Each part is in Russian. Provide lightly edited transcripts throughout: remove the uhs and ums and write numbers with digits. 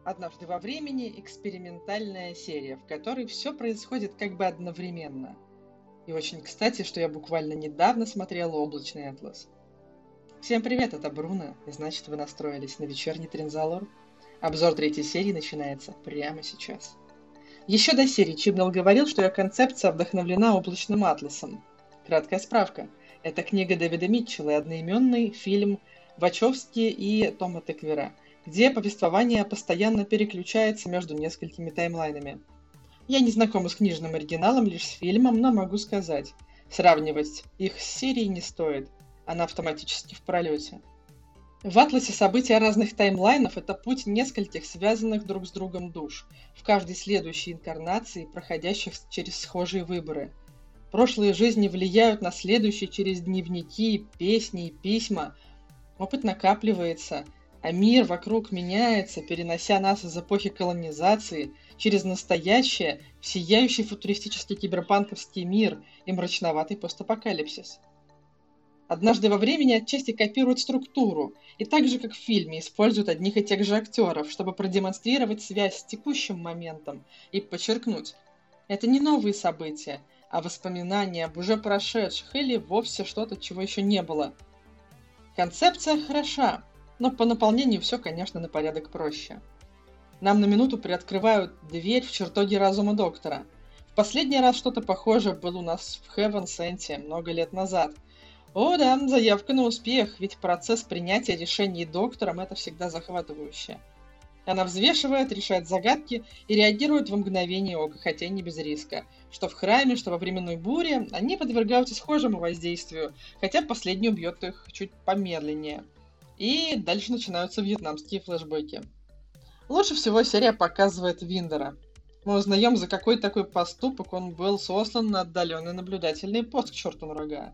«Однажды во времени» — экспериментальная серия, в которой все происходит как бы одновременно. И очень кстати, что я буквально недавно смотрела «Облачный атлас». Всем привет, это Бруно, и значит вы настроились на вечерний Тринзалор. Обзор третьей серии начинается прямо сейчас. Еще до серии Чибнал говорил, что ее концепция вдохновлена «Облачным атласом». Краткая справка. Это книга Дэвида Митчелла и одноименный фильм Вачовски и Тома Тыквера, где повествование постоянно переключается между несколькими таймлайнами. Я не знакома с книжным оригиналом, лишь с фильмом, но могу сказать, сравнивать их с серией не стоит, она автоматически в пролете. В «Атласе» события разных таймлайнов — это путь нескольких связанных друг с другом душ, в каждой следующей инкарнации, проходящих через схожие выборы. Прошлые жизни влияют на следующие через дневники, песни и письма. Опыт накапливается, а мир вокруг меняется, перенося нас из эпохи колонизации через настоящее, в сияющий футуристический киберпанковский мир и мрачноватый постапокалипсис. «Однажды во времени» отчасти копирует структуру, и так же, как в фильме, используют одних и тех же актеров, чтобы продемонстрировать связь с текущим моментом и подчеркнуть, это не новые события, а воспоминания об уже прошедших или вовсе что-то, чего еще не было. Концепция хороша, но по наполнению все, конечно, на порядок проще. Нам на минуту приоткрывают дверь в чертоги разума доктора. В последний раз что-то похожее было у нас в Heaven Sent много лет назад. О да, заявка на успех, ведь процесс принятия решений доктором — это всегда захватывающе. Она взвешивает, решает загадки и реагирует в мгновение ока, хотя и не без риска. Что в храме, что во временной буре, они подвергаются схожему воздействию, хотя последний убьет их чуть помедленнее. И дальше начинаются вьетнамские флешбеки. Лучше всего серия показывает Виндера. Мы узнаем, за какой такой поступок он был сослан на отдаленный наблюдательный пост к черту на рога.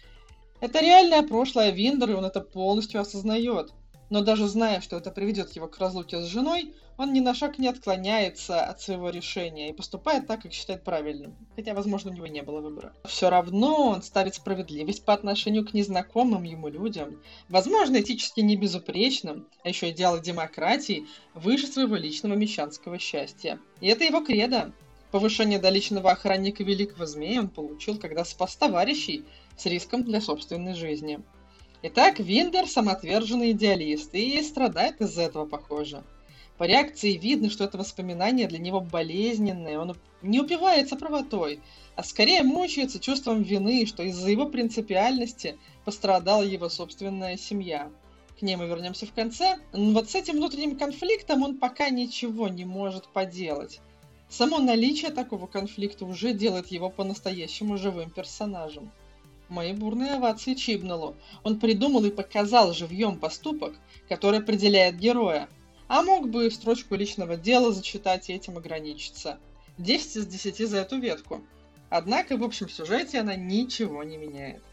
Это реальное прошлое Виндера, и он это полностью осознает. Но даже зная, что это приведет его к разлуке с женой, он ни на шаг не отклоняется от своего решения и поступает так, как считает правильным. Хотя, возможно, у него не было выбора. Все равно он ставит справедливость по отношению к незнакомым ему людям, возможно, этически не безупречным, а еще идеалы демократии, выше своего личного мещанского счастья. И это его кредо. Повышение до личного охранника Великого Змея он получил, когда спас товарищей с риском для собственной жизни. Итак, Виндер — самоотверженный идеалист, и страдает из-за этого, похоже. По реакции видно, что это воспоминание для него болезненное, он не упивается правотой, а скорее мучается чувством вины, что из-за его принципиальности пострадала его собственная семья. К ней мы вернемся в конце, но вот с этим внутренним конфликтом он пока ничего не может поделать. Само наличие такого конфликта уже делает его по-настоящему живым персонажем. Мои бурные овации Чибналу. Он придумал и показал живьем поступок, который определяет героя. А мог бы строчку личного дела зачитать и этим ограничиться. 10 из 10 за эту ветку. Однако в общем сюжете она ничего не меняет.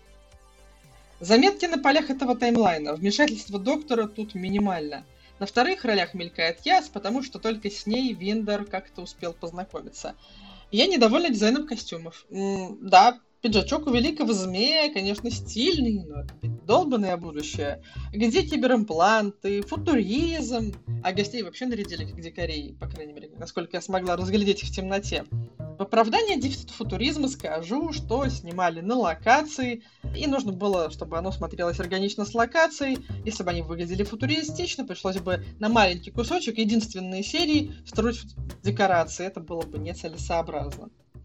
Заметки на полях этого таймлайна. Вмешательство доктора тут минимально. На вторых ролях мелькает Яс, потому что только с ней Виндер как-то успел познакомиться. Я недовольна дизайном костюмов. Да, пиджачок у Великого Змея, конечно, стильный, но это ведь долбанное будущее. Где киберимпланты, футуризм? А гостей вообще нарядили как дикарей, по крайней мере, насколько я смогла разглядеть их в темноте. В оправдание дефицита футуризма скажу, что снимали на локации, и нужно было, чтобы оно смотрелось органично с локацией. Если бы они выглядели футуристично, пришлось бы на маленький кусочек единственной серии строить декорации. Это было бы нецелесообразно.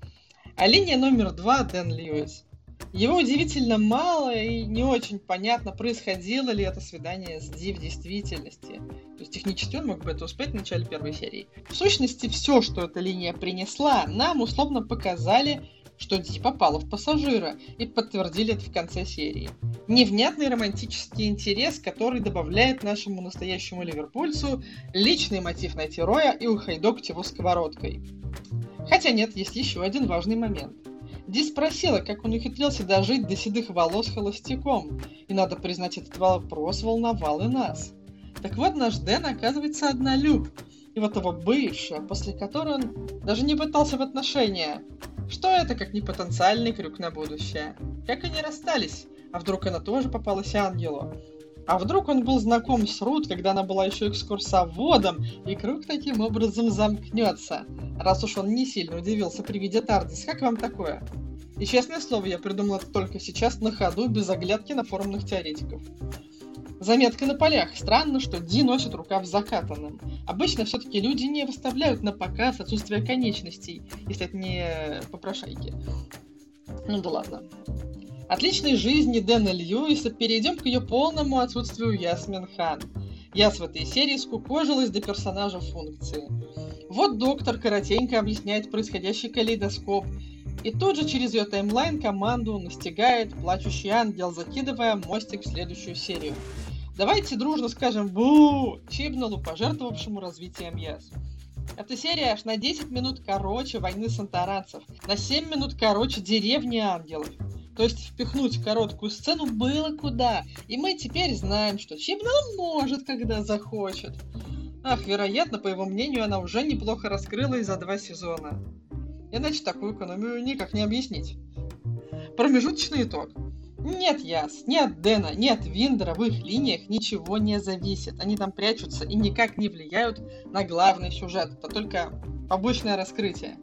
А линия номер 2 Дэн Льюис. Его удивительно мало и не очень понятно, происходило ли это свидание с Ди в действительности. То есть технически он мог бы это успеть в начале первой серии. В сущности, все, что эта линия принесла, нам условно показали, что Ди попала в пассажира, и подтвердили это в конце серии. Невнятный романтический интерес, который добавляет нашему настоящему ливерпульцу личный мотив найти Роя и ухайдокать его сковородкой. Хотя нет, есть еще один важный момент. Ди спросила, как он ухитрился дожить до седых волос холостяком, и надо признать, этот вопрос волновал и нас. Так вот, наш Дэн оказывается однолюб, и вот его бывшая, после которой он даже не пытался в отношения. Что это, как не потенциальный крюк на будущее? Как они расстались? А вдруг она тоже попалась ангелу? А вдруг он был знаком с Рут, когда она была еще экскурсоводом, и круг таким образом замкнется? Раз уж он не сильно удивился при виде Тардис, как вам такое? И честное слово, я придумал это только сейчас на ходу, без оглядки на форумных теоретиков. Заметка на полях. Странно, что Ди носит рукав закатанным. Обычно все-таки люди не выставляют на показ отсутствие конечностей, если это не попрошайки. Ну да ладно. От личной жизни Дэна Льюиса перейдем к ее полному отсутствию Ясмин Хан. Яс в этой серии скукожилась до персонажа функции. Вот доктор коротенько объясняет происходящий калейдоскоп, и тут же через ее таймлайн команду настигает плачущий ангел, закидывая мостик в следующую серию. Давайте дружно скажем «Бу!» Чибнеллу, пожертвовавшему развитием Яс. Эта серия аж на 10 минут короче «Войны санторанцев», на 7 минут короче «Деревни ангелов». То есть впихнуть короткую сцену было куда, и мы теперь знаем, что Чибнелл может, когда захочет. Ах, вероятно, по его мнению, она уже неплохо раскрылась за 2 сезона. Иначе такую экономию никак не объяснить. Промежуточный итог. Нет Яс, ни от Дэна, ни от Виндера в их линиях ничего не зависит. Они там прячутся и никак не влияют на главный сюжет. Это только побочное раскрытие.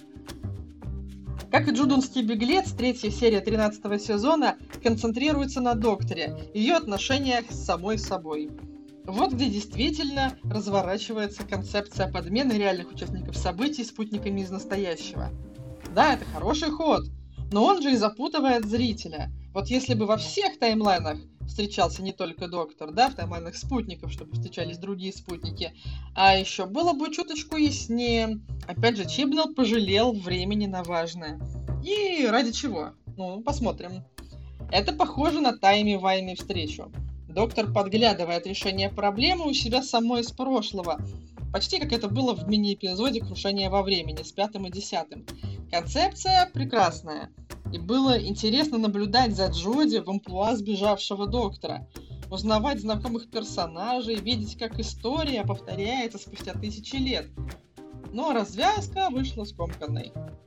Как и Джудунский беглец, 3-я серия 13-го сезона концентрируется на докторе и ее отношениях с самой собой. Вот где действительно разворачивается концепция подмены реальных участников событий спутниками из настоящего. Да, это хороший ход, но он же и запутывает зрителя. Вот если бы во всех таймлайнах встречался не только доктор, да, в таймлайнах спутников, чтобы встречались другие спутники, а еще было бы чуточку яснее. Опять же, Чибнелл пожалел времени на важное. И ради чего? Ну, посмотрим. Это похоже на тайми-вайми встречу. Доктор подглядывает решение проблемы у себя самой из прошлого. Почти как это было в мини-эпизоде «Крушение во времени» с 5-м и 10-м. Концепция прекрасная. И было интересно наблюдать за Джоди в амплуа сбежавшего доктора. Узнавать знакомых персонажей, видеть, как история повторяется спустя 1000 лет. Но развязка вышла скомканной.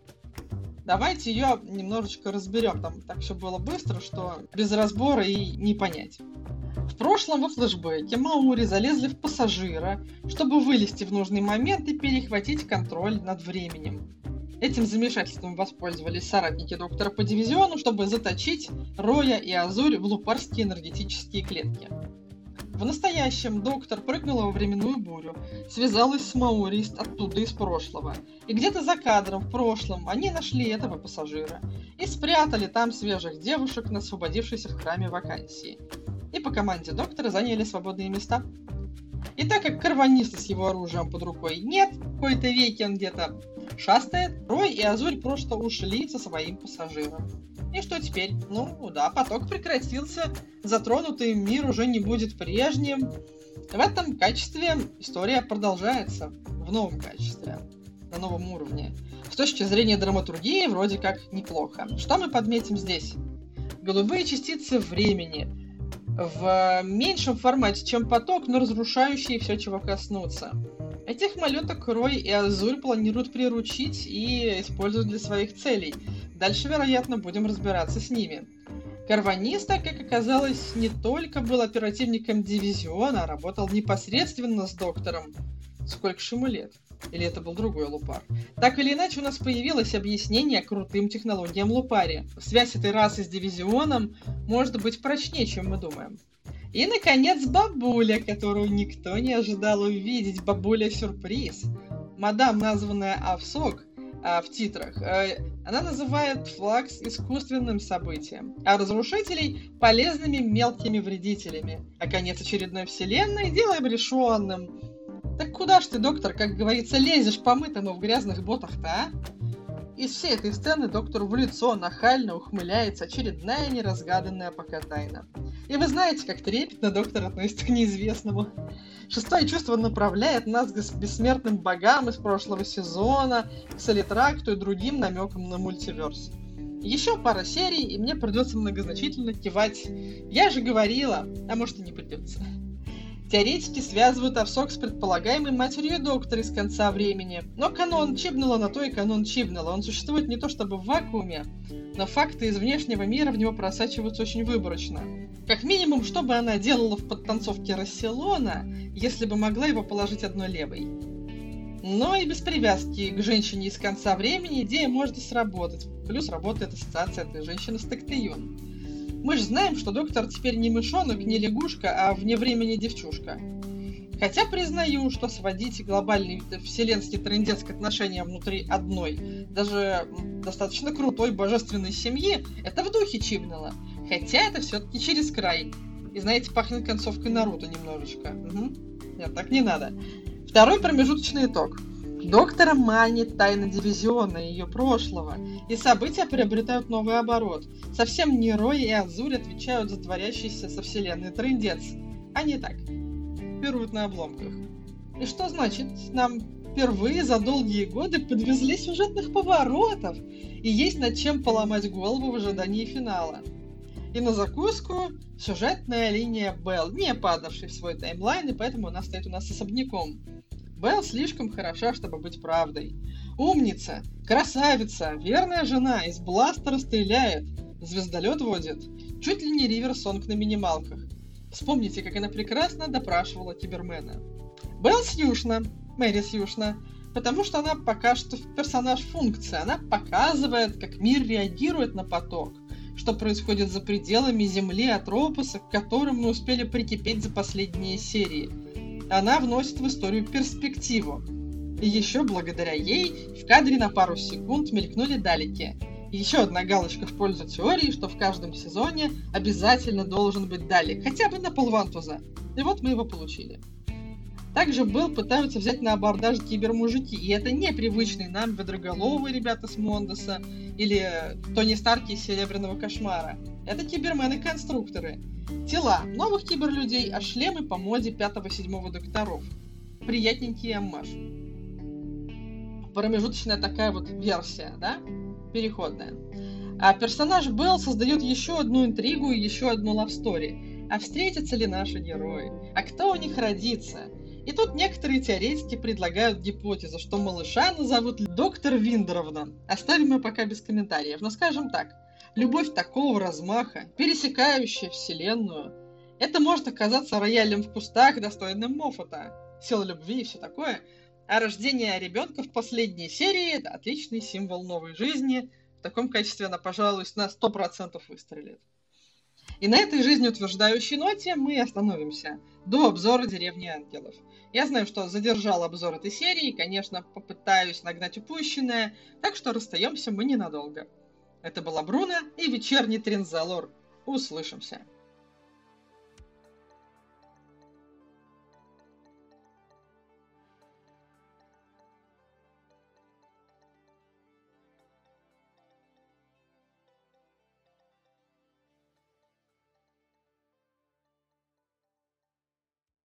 Давайте ее немножечко разберем. Там так все было быстро, что без разбора и не понять. В прошлом во флешбеке Маури залезли в пассажира, чтобы вылезти в нужный момент и перехватить контроль над временем. Этим замешательством воспользовались соратники доктора по дивизиону, чтобы заточить Роя и Азурь в лупарские энергетические клетки. В настоящем доктор прыгнула во временную бурю, связалась с Маури оттуда из прошлого. И где-то за кадром в прошлом они нашли этого пассажира и спрятали там свежих девушек на освободившейся в храме вакансии. И по команде доктора заняли свободные места. И так как карваниста с его оружием под рукой нет, в какой-то веке он где-то шастает, Рой и Азурь просто ушли со своим пассажиром. И что теперь? Ну да, поток прекратился, затронутый мир уже не будет прежним. В этом качестве история продолжается, в новом качестве, на новом уровне. С точки зрения драматургии вроде как неплохо. Что мы подметим здесь? Голубые частицы времени. В меньшем формате, чем поток, но разрушающие все, чего коснутся. Этих малюток Рой и Азуль планируют приручить и использовать для своих целей. Дальше, вероятно, будем разбираться с ними. Карваниста, как оказалось, не только был оперативником дивизиона, а работал непосредственно с доктором. Сколько ж ему лет? Или это был другой Лупар? Так или иначе, у нас появилось объяснение крутым технологиям Лупари. Связь этой расы с дивизионом может быть прочнее, чем мы думаем. И, наконец, бабуля, которую никто не ожидал увидеть. Бабуля-сюрприз. Мадам, названная Авсок в титрах, она называет Флакс искусственным событием, а разрушителей – полезными мелкими вредителями. А конец очередной вселенной – делаем решенным. Так куда ж ты, доктор, как говорится, лезешь помытому в грязных ботах-то, а? Из всей этой сцены доктору в лицо нахально ухмыляется очередная неразгаданная пока тайна. И вы знаете, как трепетно доктор относится к неизвестному. Шестое чувство направляет нас к бессмертным богам из прошлого сезона, к Солитракту и другим намекам на мультиверс. Еще пара серий, и мне придется многозначительно кивать. Я же говорила, а может и не придется. Теоретики связывают Авсок с предполагаемой матерью доктора из конца времени. Но канон Чибнелла на то и канон Чибнелла. Он существует не то чтобы в вакууме, но факты из внешнего мира в него просачиваются очень выборочно. Как минимум, что бы она делала в подтанцовке Расселона, если бы могла его положить одной левой. Но и без привязки к женщине из конца времени идея может и сработать. Плюс работает ассоциация этой женщины с Тактеон. Мы же знаем, что доктор теперь не мышонок, не лягушка, а вне времени девчушка. Хотя признаю, что сводить глобальный вселенский трындец к отношениям внутри одной, даже достаточно крутой божественной семьи, это в духе Чибнала. Хотя это все-таки через край. И знаете, пахнет концовкой Наруто немножечко. Нет, так не надо. Второй промежуточный итог. Доктора манит тайна дивизиона и ее прошлого, и события приобретают новый оборот. Совсем не Рой и Азуль отвечают за творящийся со вселенной трындец. А не так. Пируют на обломках. И что значит? Нам впервые за долгие годы подвезли сюжетных поворотов, и есть над чем поломать голову в ожидании финала. И на закуску сюжетная линия Белл, не падавший в свой таймлайн, и поэтому она стоит у нас особняком. Белл слишком хороша, чтобы быть правдой. Умница, красавица, верная жена, из бластера стреляет, звездолет водит, чуть ли не риверсонг на минималках. Вспомните, как она прекрасно допрашивала Кибермена. Белл Сьюшна, Мэри Сьюшна, потому что она пока что персонаж-функция, она показывает, как мир реагирует на поток, что происходит за пределами Земли Атропоса, к которым мы успели прикипеть за последние серии. Она вносит в историю перспективу. И еще благодаря ей в кадре на пару секунд мелькнули далеки. И еще одна галочка в пользу теории, что в каждом сезоне обязательно должен быть далек, хотя бы на полвантуза. И вот мы его получили. Также Белл пытаются взять на абордаж кибермужики, и это не привычные нам ведроголовые ребята с Мондоса или Тони Старки из Серебряного Кошмара. Это кибермены-конструкторы. Тела новых киберлюдей, а шлемы по моде 5-7 докторов. Приятненький аммаж. Промежуточная такая вот версия, да? Переходная. А персонаж Белл создает еще одну интригу и еще одну лавстори. А встретятся ли наши герои? А кто у них родится? И тут некоторые теоретики предлагают гипотезу, что малыша назовут доктор Виндеровна. Оставим ее пока без комментариев, но скажем так. Любовь такого размаха, пересекающая вселенную, это может оказаться роялем в кустах, достойным Моффата. Сила любви и все такое. А рождение ребенка в последней серии – это отличный символ новой жизни. В таком качестве она, пожалуй, на 100% выстрелит. И на этой жизнеутверждающей ноте мы остановимся до обзора «Деревни ангелов». Я знаю, что задержал обзор этой серии, и, конечно, попытаюсь нагнать упущенное, так что расстаемся мы ненадолго. Это была Бруно и вечерний Тринзалор. Услышимся.